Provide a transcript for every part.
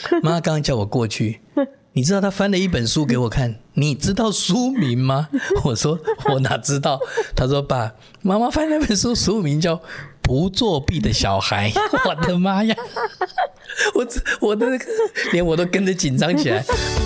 妈刚刚叫我过去，你知道他翻了一本书给我看，你知道书名吗？我说我哪知道。他说爸，妈妈翻那本书，书名叫不作弊的小孩。我的妈呀，连我都跟着紧张起来。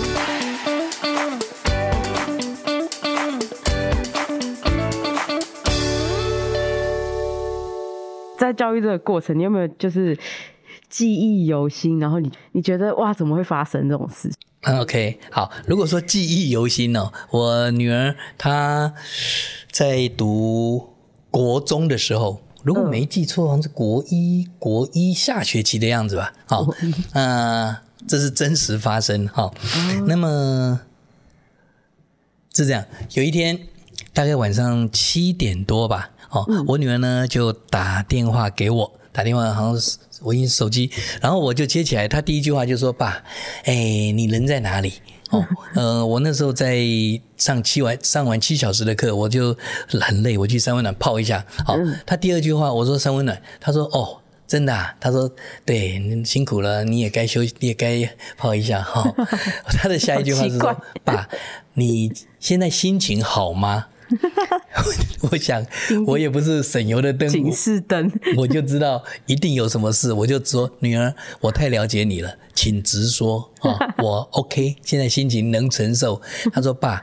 在教育这个过程，你有没有就是记忆犹新，然后你觉得哇，怎么会发生这种事情 ？OK， 好，如果说记忆犹新哦，我女儿她在读国中的时候，如果没记错，好像是国一下学期的样子吧。好，这是真实发生。好，那么是这样，有一天大概晚上7点多吧。我女儿呢就打电话给我，打电话好像是我用手机，然后我就接起来，她第一句话就说：“爸，你人在哪里？”我那时候在上完7小时的课，我就很累，我去三温暖泡一下。好，她第二句话我说三温暖，她说哦，真的啊？她说对，你辛苦了，你也该休息，你也该泡一下。她的下一句话是说：“爸，你现在心情好吗？”我想我也不是省油的灯， 警示灯， 我就知道一定有什么事，我就说女儿，我太了解你了，请直说。我 OK， 现在心情能承受。他说爸，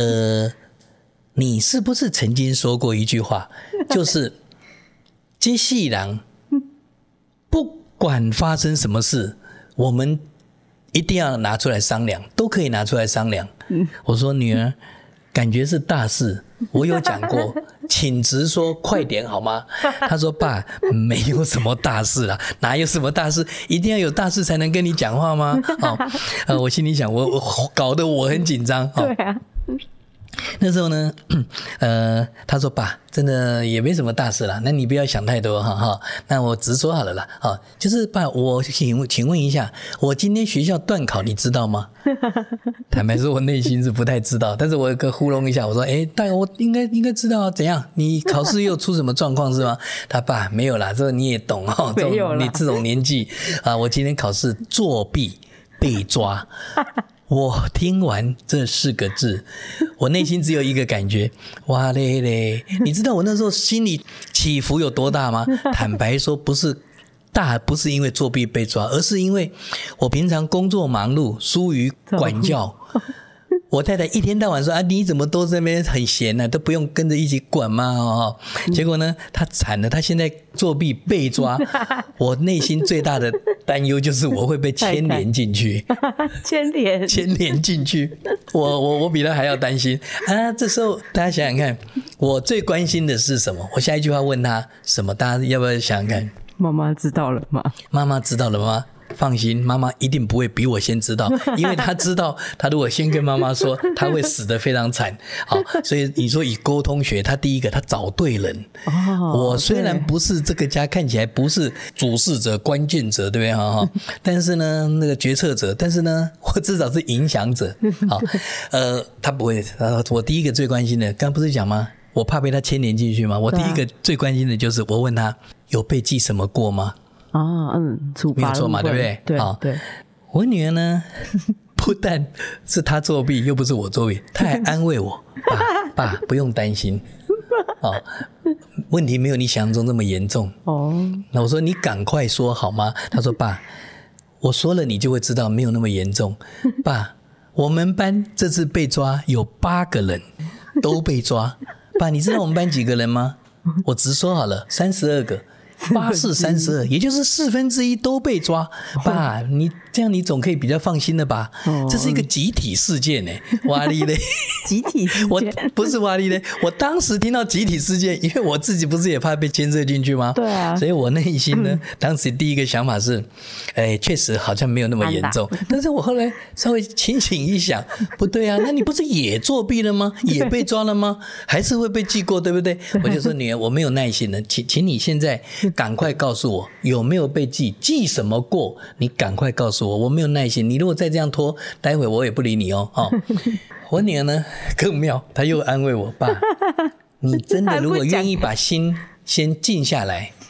你是不是曾经说过一句话，就是这世人不管发生什么事，我们一定要拿出来商量，都可以拿出来商量。我说女儿，感觉是大事，我有讲过，请直说，快点好吗？他说爸，没有什么大事啦，哪有什么大事，一定要有大事才能跟你讲话吗？我心里想，我搞得我很紧张。 对啊。 那时候呢，他说爸，真的也没什么大事啦，那你不要想太多哈。那我直说好了啦，就是爸，我请问一下，我今天学校段考你知道吗？坦白说，我内心是不太知道，但是我有个糊弄一下，我说大概我应该知道啊，怎样？你考试又出什么状况是吗？他爸没有啦，这个你也懂哦，你这种年纪啊，我今天考试作弊被抓。我听完这4个字，我内心只有一个感觉，哇嘞嘞！你知道我那时候心里起伏有多大吗？坦白说，不是因为作弊被抓，而是因为我平常工作忙碌，疏于管教。我太太一天到晚说你怎么都在那边很闲啊，都不用跟着一起管吗？结果呢，她惨了，她现在作弊被抓，我内心最大的担忧就是我会被牵连进去。 牵连进去，我比她还要担心啊！这时候大家想想看，我最关心的是什么？我下一句话问她什么？大家要不要想想看？ 妈妈知道了吗？ 妈妈知道了吗？放心，妈妈一定不会比我先知道，因为她知道，她如果先跟妈妈说，她会死得非常惨。好，所以你说以沟通学，她第一个她找对人。我虽然不是这个家看起来不是主事者、关键者，对不对？但是呢，那个决策者，但是呢，我至少是影响者。好，她不会。我第一个最关心的，刚不是讲吗？我怕被她牵连进去吗？我第一个最关心的就是，我问她有被记什么过吗？ 处罚没有错嘛，对不对？ 对。 我女儿呢，不但是她作弊，又不是我作弊，她还安慰我，爸不用担心，问题没有你想象中那么严重。那我说你赶快说好吗？她说爸，我说了你就会知道没有那么严重。爸，我们班这次被抓有8个人都被抓。爸，你知道我们班几个人吗？我直说好了，32个。8是32，也就是1/4都被抓。爸，你这样你总可以比较放心了吧？这是一个集体事件哇哩嘞！ 集体事件， 我不是哇哩嘞！我当时听到集体事件，因为我自己不是也怕被牵涉进去吗？ 对啊， 所以我内心呢，当时第一个想法是，确实好像没有那么严重。但是我后来稍微清醒一想，不对啊，那你不是也作弊了吗？也被抓了吗？还是会被记过，对不对？我就说女儿，我没有耐心了，请你现在赶快告诉我有没有被记什么过，你赶快告诉我没有耐心，你如果再这样拖，待会我也不理你哦。我女儿呢更妙，她又安慰我爸，你真的如果愿意把心先静下来，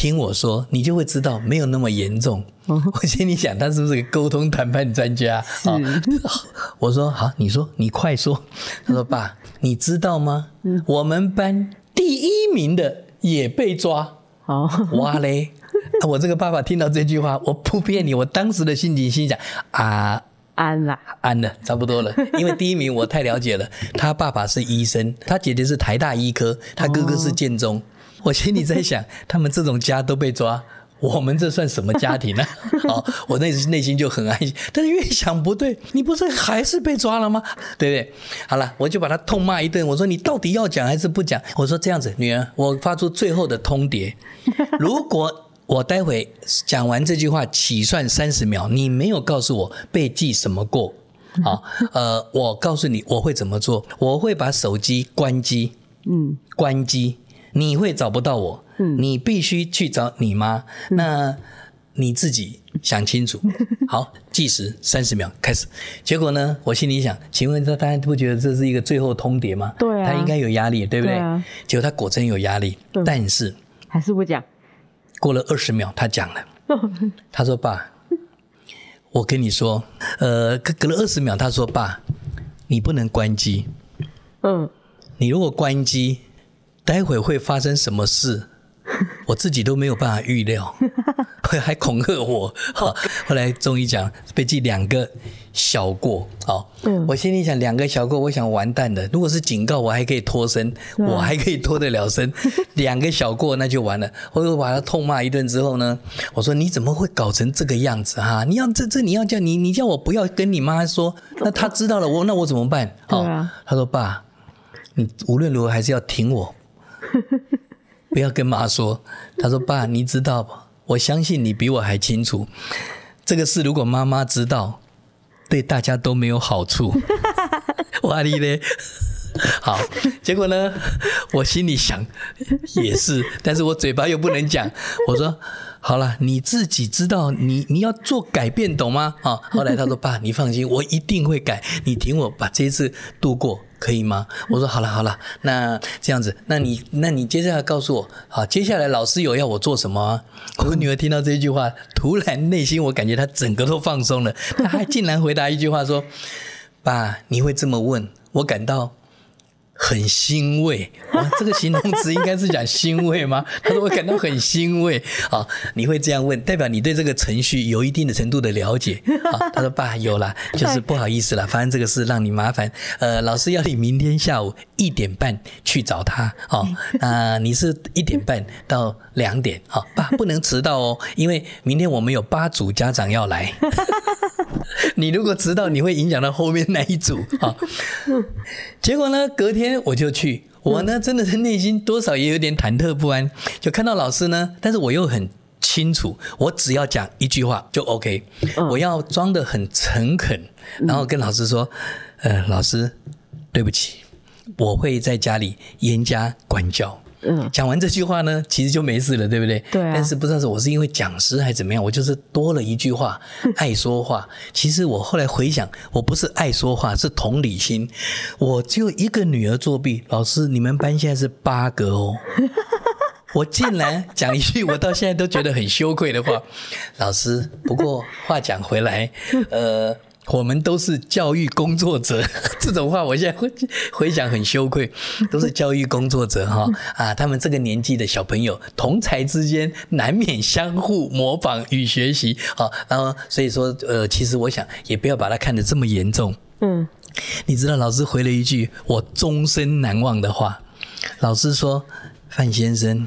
听我说，你就会知道没有那么严重。我心里想，他是不是个沟通谈判专家？我说好，你说，你快说。他说爸，你知道吗？我们班第1名的也被抓。哇嘞！我这个爸爸听到这句话，我不骗你，我当时的心情心想安了，差不多了。因为第1名我太了解了，他爸爸是医生，他姐姐是台大医科，他哥哥是建中。我心里在想，他们这种家都被抓，我们这算什么家庭呢？我内心就很安心，但是越想不对，你不是还是被抓了吗？对不对？好了，我就把他痛骂一顿。我说你到底要讲还是不讲？我说这样子，女儿，我发出最后的通牒，如果我待会讲完这句话起算30秒，你没有告诉我被记什么过，我告诉你我会怎么做，我会把手机关机，关机。你会找不到我，你必须去找你妈，那你自己想清楚。好，计时30秒开始。结果呢，我心里想，请问大家不觉得这是一个最后通牒吗？ 对啊， 他应该有压力，对不对？ 对啊， 结果他果真有压力，但是还是不讲。 过了20秒，他讲了，他说爸，我跟你说，隔了20秒，他说爸，你不能关机，你如果关机，待会会发生什么事，我自己都没有办法预料，还恐吓我。后来终于讲被记2个小过。我心里想2个小过，我想完蛋了。如果是警告，我还可以脱身，我还可以脱得了身。2个小过那就完了。我又把他痛骂一顿之后呢，我说你怎么会搞成这个样子啊？你要你要叫你叫我不要跟你妈说，那他知道了那我怎么办？他说爸，你无论如何还是要挺我。不要跟妈说。他说爸，你知道吧，我相信你比我还清楚，这个事如果妈妈知道，对大家都没有好处。哇哩嘞！好，结果呢，我心里想也是，但是我嘴巴又不能讲。我说好了，你自己知道，你要做改变，懂吗？后来他说爸，你放心，我一定会改，你挺我把这一次度过，可以吗？我说好了，那这样子，那你接下来告诉我，好，接下来老师有要我做什么啊？我女儿听到这句话，突然内心我感觉她整个都放松了，她还竟然回答一句话说：爸，你会这么问，我感到很欣慰。这个形容词应该是讲欣慰吗？他说我感到很欣慰。你会这样问，代表你对这个程序有一定的程度的了解。他说爸，有啦，就是不好意思啦，反正这个事让你麻烦。老师要你明天下午1点半去找他。你是1点半到2点。爸不能迟到哦，因为明天我们有8组家长要来。你如果迟到，你会影响到后面那一组。结果呢，隔天我就去，我呢真的是内心多少也有点忐忑不安，就看到老师呢，但是我又很清楚，我只要讲一句话就 OK，我要装得很诚恳，然后跟老师说，老师，对不起，我会在家里严加管教。讲完这句话呢，其实就没事了，对不对？ 对啊。 但是不知道是我是因为讲师还是怎么样，我就是多了一句话，爱说话。其实我后来回想，我不是爱说话，是同理心。我只有一个女儿作弊，老师，你们班现在是8个哦。我竟然讲一句我到现在都觉得很羞愧的话，老师，不过话讲回来，我们都是教育工作者，这种话我现在回想很羞愧，都是教育工作者他们这个年纪的小朋友，同才之间难免相互模仿与学习然后所以说其实我想也不要把它看得这么严重。你知道老师回了一句我终身难忘的话，老师说，范先生，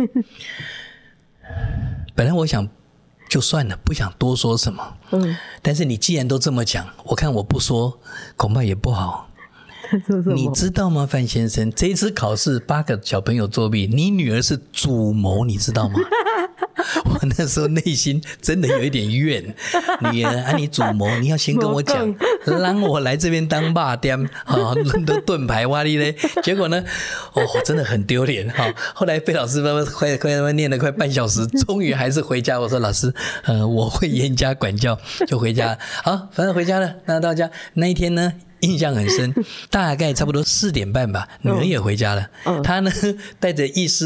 本来我想就算了，不想多说什么。但是你既然都这么讲，我看我不说恐怕也不好。你知道吗，范先生，这一次考试8个小朋友作弊，你女儿是主谋，你知道吗？我那时候内心真的有一点怨，女儿你主谋，你要先跟我讲，让我来这边当霸店都盾牌哇哩嘞。结果呢，真的很丢脸。后来被老师快念了快半小时，终于还是回家。我说老师，我会严加管教，就回家了。好，反正回家了。那到家那一天呢，印象很深，大概差不多4点半吧，女儿也回家了。她呢带着一丝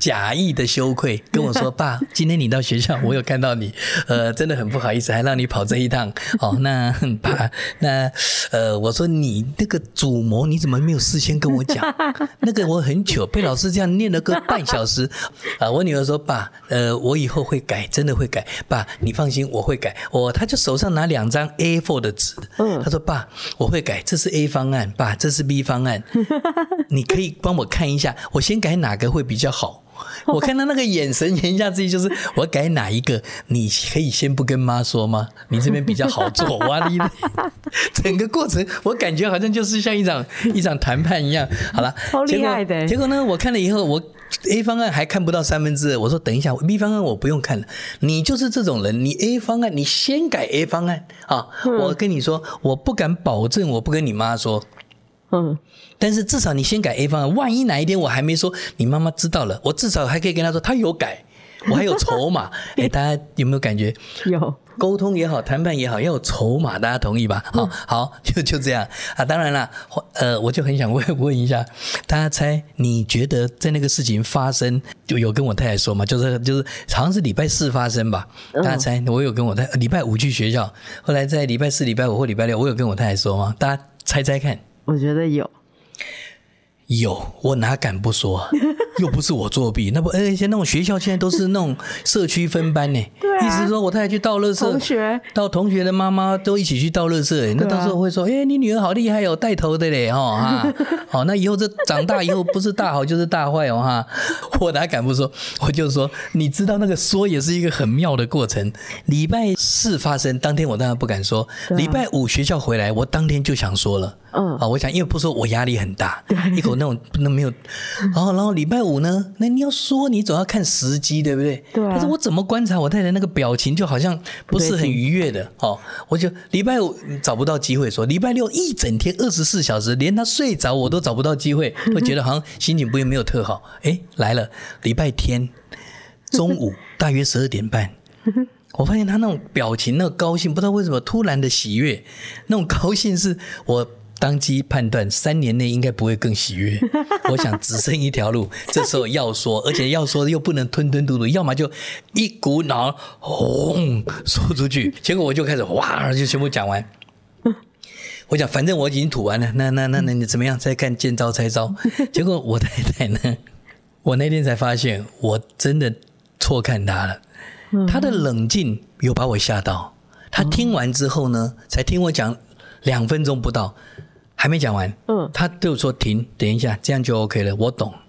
假意的羞愧，跟我说：“爸，今天你到学校，我有看到你，真的很不好意思，还让你跑这一趟。哦，那爸，那我说你那个主谋你怎么没有事先跟我讲？那个我很糗，被老师这样念了个半小时。我女儿说：爸，我以后会改，真的会改。爸，你放心，我会改。他就手上拿2张 A4 的纸，他说：爸，我会改，这是 A 方案，爸，这是 B 方案，你可以帮我看一下，我先改哪个会比较好。”我看到那个眼神，言下之意就是我改哪一个，你可以先不跟妈说吗？你这边比较好做。哇，你整个过程我感觉好像就是像一场谈判一样。好了， 超厉害的。 结果呢，我看了以后，我 A 方案还看不到2/3，我说等一下 B 方案我不用看了。你就是这种人，你 A 方案你先改 A 方案啊！我跟你说，我不敢保证我不跟你妈说。但是至少你先改 A 方案，万一哪一天我还没说，你妈妈知道了，我至少还可以跟她说她有改，我还有筹码。大家有没有感觉？有，沟通也好，谈判也好，要有筹码，大家同意吧？好，就这样啊。当然了，我就很想问一下，大家猜，你觉得在那个事情发生，就有跟我太太说嘛？就是好像是礼拜4发生吧？大家猜，我有跟我太太礼拜5去学校，后来在礼拜4、礼拜5或礼拜6，我有跟我太太说吗？大家猜猜看。 我觉得有，我哪敢不说？又不是我作弊，那不那种学校现在都是那种社区分班呢。 对啊， 意思说我太太去倒垃圾，到同学的妈妈都一起去倒垃圾，那到时候会说，你女儿好厉害哦，带头的嘞那以后这长大以后不是大好就是大坏哦哈。我哪敢不说？我就说，你知道那个说也是一个很妙的过程。礼拜4发生当天我当然不敢说，礼拜5学校回来我当天就想说了。我想因为不说我压力很大，一口那没有。然后礼拜5呢，那你要说你总要看时机，对不对？对。但是我怎么观察我太太那个表情，就好像不是很愉悦的。我就礼拜5找不到机会说，礼拜6一整天24小时，连她睡着我都找不到机会，会觉得好像心情没有特好。来了，礼拜天中午大约12点半。我发现他那种表情，那种高兴，不知道为什么突然的喜悦，那种高兴是我当机判断3年内应该不会更喜悦。我想只剩一条路，这时候要说，而且要说又不能吞吞吐吐，要么就一股脑轰说出去。结果我就开始哇就全部讲完。我讲反正我已经吐完了，那你怎么样？再看见招拆招。结果我太太呢，我那天才发现我真的错看她了。她的冷静有把我吓到。她听完之后呢，才听我讲2分钟不到，还没讲完，她就说停，等一下，这样就 OK 了，我懂。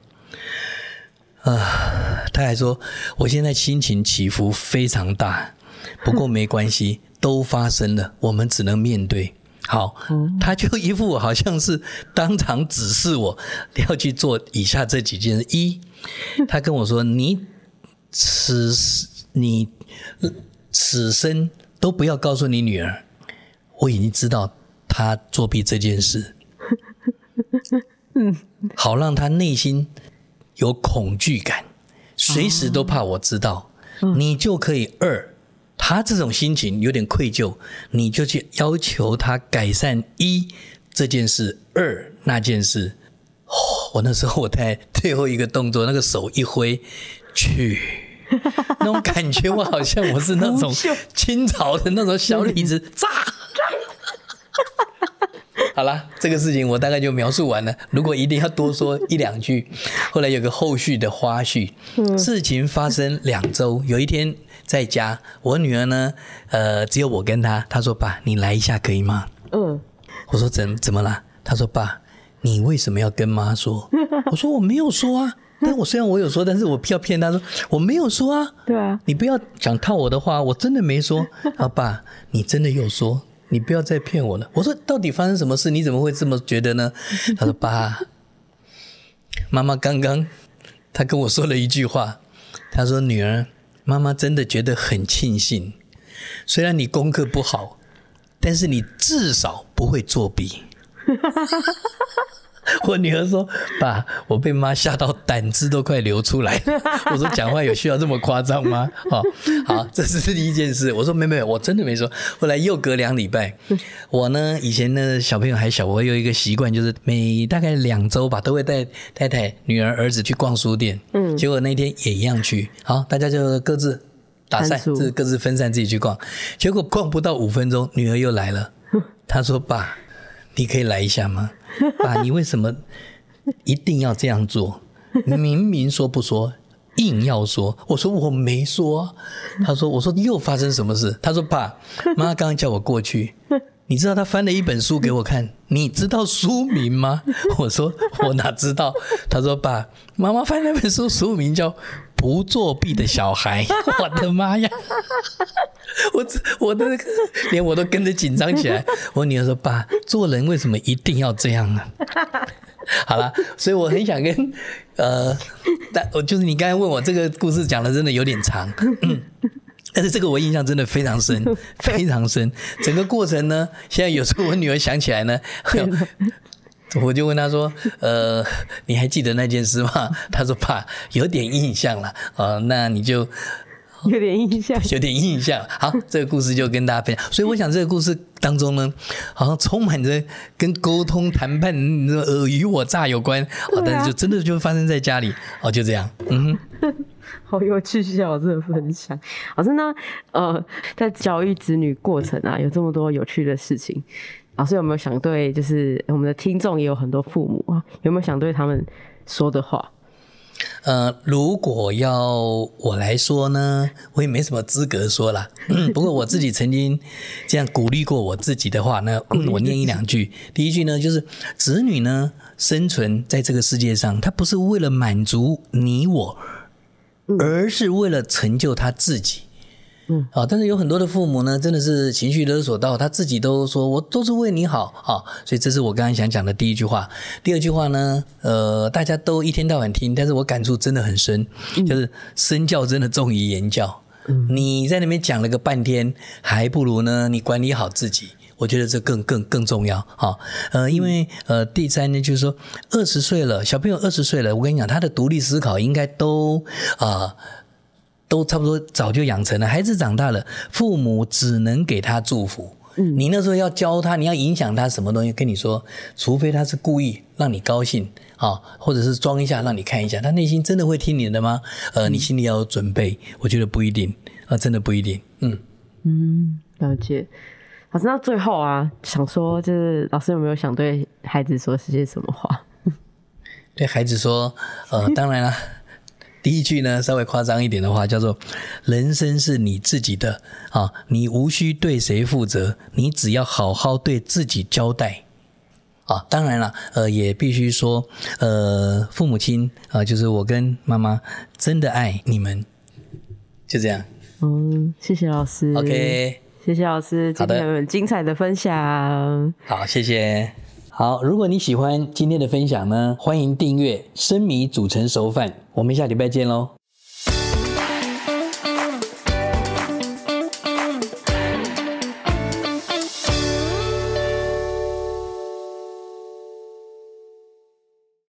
她还说我现在心情起伏非常大，不过没关系，都发生了，我们只能面对。好，他就一副好像是当场指示我要去做以下这几件事。一，他跟我说你此生都不要告诉你女儿，我已经知道她作弊这件事，好让她内心有恐惧感，随时都怕我知道，你就可以他这种心情有点愧疚，你就去要求他改善1这件事，2那件事。我那时候我太最后一个动作，那个手一挥去，那种感觉我好像我是那种清朝的那种小李子炸。好啦，这个事情我大概就描述完了。如果一定要多说1、2句，后来有个后续的花絮。事情发生2周，有一天在家，我女儿呢，只有我跟她，她说：“爸，你来一下可以吗？”我说：“怎么啦？”她说：“爸，你为什么要跟妈说？”我说：“我没有说啊。”但我虽然我有说，但是我不要骗她说我没有说啊。对啊，你不要讲套我的话，我真的没说。爸，你真的有说。你不要再骗我了。我说到底发生什么事？你怎么会这么觉得呢？他说：“爸，妈妈刚刚她跟我说了一句话，她说女儿，妈妈真的觉得很庆幸，虽然你功课不好，但是你至少不会作弊。” 我女儿说：“爸，我被妈吓到胆汁都快流出来。”我说：“讲话有需要这么夸张吗？”好，这是第一件事。我说：“没，我真的没说。”后来又隔2礼拜，我呢以前呢小朋友还小，我有一个习惯，就是每大概2周吧，都会带太太、女儿、儿子去逛书店。结果那天也一样去，好，大家就各自打散，各自分散自己去逛。结果逛不到5分钟，女儿又来了，她说：“爸，你可以来一下吗？爸，你为什么一定要这样做？明明说不说，硬要说。”我说：“我没说。”他说：“我说又发生什么事？”他说：“爸，妈刚刚叫我过去，你知道他翻了一本书给我看，你知道书名吗？”我说：“我哪知道？”他说：“爸，妈妈翻那本书，书名叫《不作弊的小孩》。”我的妈呀！我的连我都跟着紧张起来。我女儿说：“爸，做人为什么一定要这样呢？”好了，所以我很想跟就是你刚才问我这个故事讲的真的有点长，但是这个我印象真的非常深，非常深。整个过程呢，现在有时候我女儿想起来呢，我就问她说：“你还记得那件事吗？”她说：“爸，有点印象了。”那你就。 有点印象。好，这个故事就跟大家分享。所以我想这个故事当中呢，好像充满着跟沟通、谈判、尔虞我诈有关，但是就真的就发生在家里，就这样。 好有趣笑这个分享。老师呢，在教育子女过程啊，有这么多有趣的事情，老师有没有想对，就是我们的听众也有很多父母啊，有没有想对他们说的话？ 如果要我来说呢，我也没什么资格说啦。不过我自己曾经这样鼓励过我自己的话呢，我念1、2句。第一句呢，就是子女呢生存在这个世界上，他不是为了满足你我，而是为了成就他自己。但是有很多的父母呢，真的是情绪勒索到他自己都说我都是为你好所以这是我刚才想讲的第一句话。第二句话呢，大家都一天到晚听，但是我感触真的很深，就是身教真的重于言教。你在那边讲了个半天，还不如呢你管理好自己。我觉得这更重要因为第三呢，就是说20岁了，小朋友20岁了，我跟你讲，他的独立思考应该都差不多早就养成了。孩子长大了，父母只能给他祝福。你那时候要教他，你要影响他什么东西，跟你说，除非他是故意让你高兴或者是装一下让你看一下，他内心真的会听你的吗？你心里要有准备。我觉得不一定真的不一定。 了解。老师，那最后啊，想说就是老师有没有想对孩子说些什么话？ 对孩子说，当然啦。第一句呢，稍微夸张一点的话，叫做人生是你自己的你无需对谁负责，你只要好好对自己交代当然了，也必须说父母亲就是我跟妈妈真的爱你们，就这样。 谢谢老师。 OK， 谢谢老师今天很精彩的分享。 好，谢谢。好，如果你喜欢今天的分享呢，欢迎订阅生米煮成熟饭，我们下礼拜见咯。